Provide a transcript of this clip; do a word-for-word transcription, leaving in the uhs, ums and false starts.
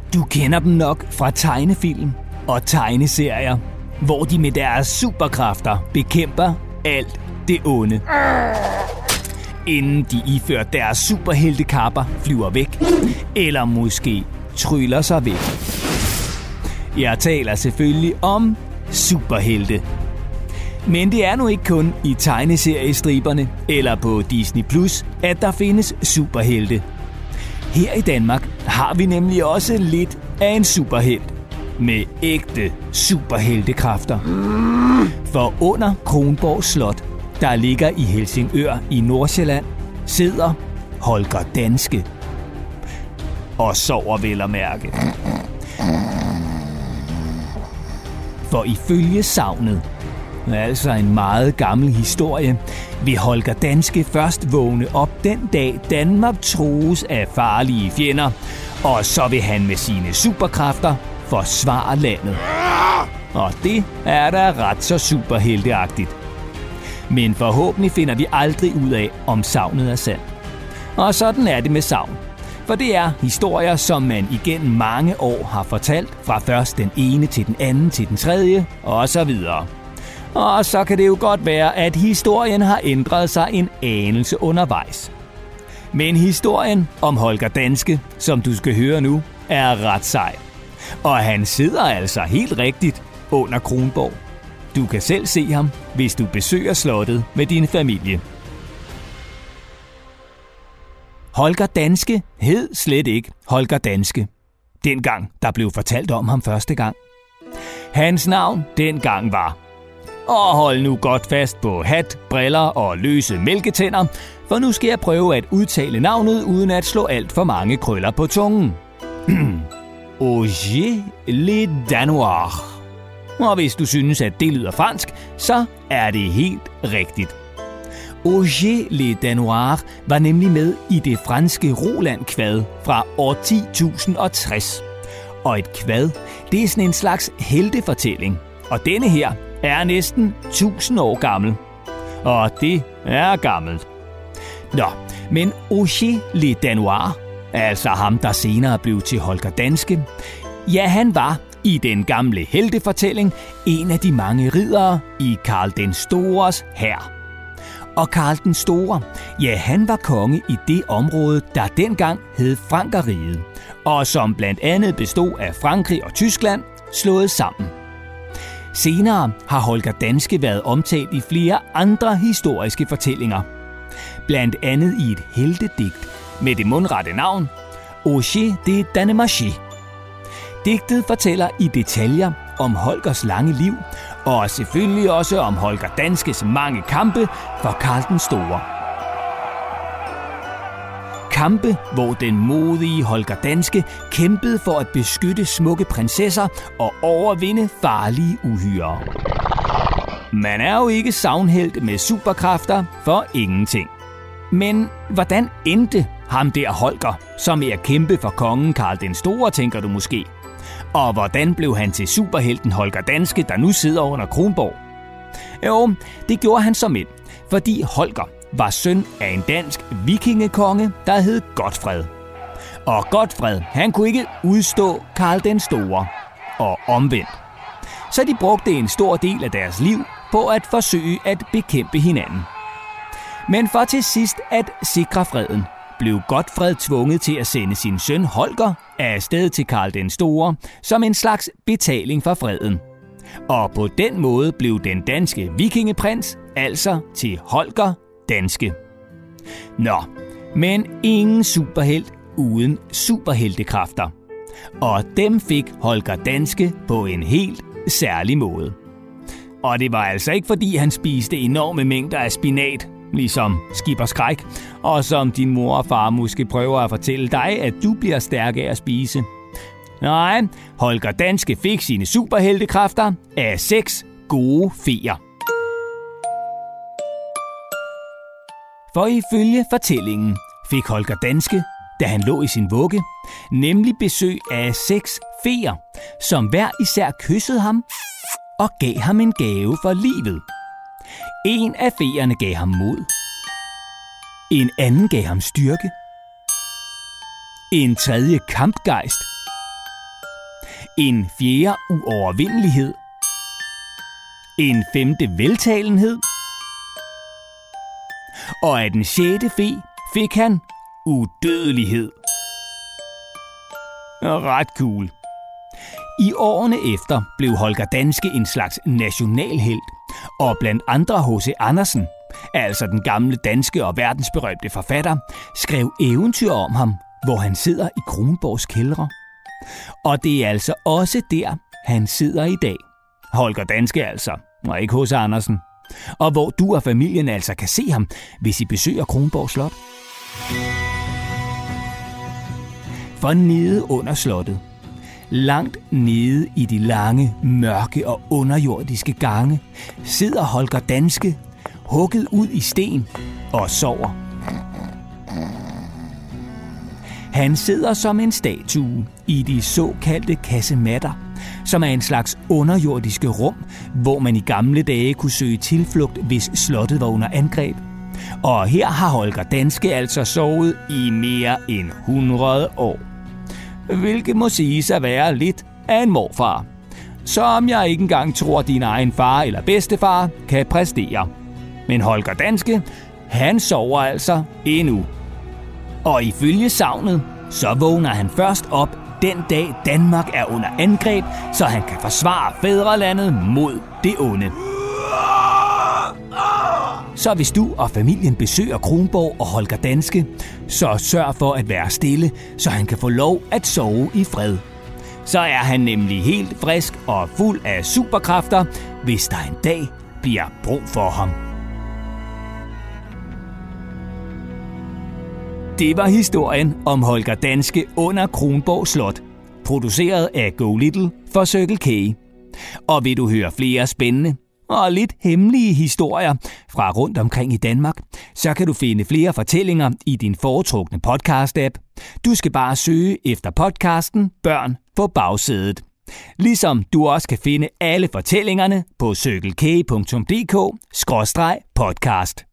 Du kender dem nok fra tegnefilm og tegneserier, hvor de med deres superkræfter bekæmper alt det onde. Inden de ifører deres superheltekapper flyver væk, eller måske tryller sig væk. Jeg taler selvfølgelig om superhelte. Men det er nu ikke kun i tegneseriestriberne eller på Disney plus, at der findes superhelte. Her i Danmark har vi nemlig også lidt af en superhelt med ægte superheltekræfter. For under Kronborg Slot, der ligger i Helsingør i Nordsjælland, sidder Holger Danske og sover vel at mærke. For ifølge sagnet, altså en meget gammel historie, vil Holger Danske først vågne op den dag Danmark trues af farlige fjender, og så vil han med sine superkræfter forsvare landet. Og det er da ret så superhelteagtigt. Men forhåbentlig finder vi aldrig ud af, om sagnet er sandt. Og sådan er det med sagn. For det er historier, som man igennem mange år har fortalt, fra først den ene til den anden til den tredje, og så videre. Og så kan det jo godt være, at historien har ændret sig en anelse undervejs. Men historien om Holger Danske, som du skal høre nu, er ret sej. Og han sidder altså helt rigtigt under Kronborg. Du kan selv se ham, hvis du besøger slottet med din familie. Holger Danske hed slet ikke Holger Danske, dengang der blev fortalt om ham første gang. Hans navn dengang var... Og hold nu godt fast på hat, briller og løse mælketænder, for nu skal jeg prøve at udtale navnet, uden at slå alt for mange krøller på tungen. Roger Le Danois. Og hvis du synes, at det lyder fransk, så er det helt rigtigt. Roger Le Danois var nemlig med i det franske Roland-kvad fra år ti tusind og tres. Og et kvad, det er sådan en slags heltefortælling. Og denne her er næsten tusind år gammel. Og det er gammelt. Nå, men Roger Le Danois, altså ham, der senere blev til Holger Danske, ja, han var i den gamle heltefortælling en af de mange riddere i Karl den Stores hær. Og Karl den Store, ja, han var konge i det område, der dengang hed Frankeriget, og som blandt andet bestod af Frankrig og Tyskland slået sammen. Senere har Holger Danske været omtalt i flere andre historiske fortællinger. Blandt andet i et heltedigt med det mundrette navn Roger de Danemarche. Digtet fortæller i detaljer om Holgers lange liv, og selvfølgelig også om Holger Danskes mange kampe for Karl den Store. Kampe, hvor den modige Holger Danske kæmpede for at beskytte smukke prinsesser og overvinde farlige uhyrer. Man er jo ikke sagnhelt med superkræfter for ingenting. Men hvordan endte ham der Holger, som er at kæmpe for kongen Karl den Store, tænker du måske? Og hvordan blev han til superhelten Holger Danske, der nu sidder under Kronborg? Jo, det gjorde han som mænd, fordi Holger var søn af en dansk vikingekonge, der hed Godfred. Og Godfred, han kunne ikke udstå Karl den Store, og omvendt. Så de brugte en stor del af deres liv på at forsøge at bekæmpe hinanden. Men for til sidst at sikre freden, blev Godfred tvunget til at sende sin søn Holger afsted til Karl den Store som en slags betaling for freden. Og på den måde blev den danske vikingeprins altså til Holger Danske. Nå, men ingen superhelt uden superheltekræfter. Og dem fik Holger Danske på en helt særlig måde. Og det var altså ikke fordi han spiste enorme mængder af spinat, ligesom Skipper Skræk, og som din mor og far måske prøver at fortælle dig, at du bliver stærk af at spise. Nej, Holger Danske fik sine superheltekræfter af seks gode feer. For ifølge fortællingen fik Holger Danske, da han lå i sin vugge, nemlig besøg af seks feer, som hver især kyssede ham og gav ham en gave for livet. En af feerne gav ham mod. En anden gav ham styrke. En tredje kampgejst. En fjerde uovervindelighed. En femte veltalenhed. Og af den sjette fe fik han udødelighed. Ret cool. I årene efter blev Holger Danske en slags nationalhelt, og blandt andre H C Andersen, altså den gamle danske og verdensberømte forfatter, skrev eventyr om ham, hvor han sidder i Kronborgs kældre. Og det er altså også der, han sidder i dag. Holger Danske altså, og ikke H C Andersen. Og hvor du og familien altså kan se ham, hvis I besøger Kronborg Slot. For nede under slottet, langt nede i de lange, mørke og underjordiske gange, sidder Holger Danske, hugget ud i sten og sover. Han sidder som en statue i de såkaldte kasematter, som er en slags underjordiske rum, hvor man i gamle dage kunne søge tilflugt, hvis slottet var under angreb. Og her har Holger Danske altså sovet i mere end hundrede år. Hvilket må siges at være lidt af en morfar, som jeg ikke engang tror, din egen far eller bedstefar kan præstere. Men Holger Danske, han sover altså endnu. Og ifølge sagnet, så vågner han først op den dag Danmark er under angreb, så han kan forsvare fædrelandet mod det onde. Så hvis du og familien besøger Kronborg og Holger Danske, så sørg for at være stille, så han kan få lov at sove i fred. Så er han nemlig helt frisk og fuld af superkræfter, hvis der en dag bliver brug for ham. Det var historien om Holger Danske under Kronborg Slot, produceret af Go Little for Circle K. Og vil du høre flere spændende og lidt hemmelige historier fra rundt omkring i Danmark, så kan du finde flere fortællinger i din foretrukne podcast-app. Du skal bare søge efter podcasten Børn på bagsædet. Ligesom du også kan finde alle fortællingerne på circle k punktum d k skråstreg podcast.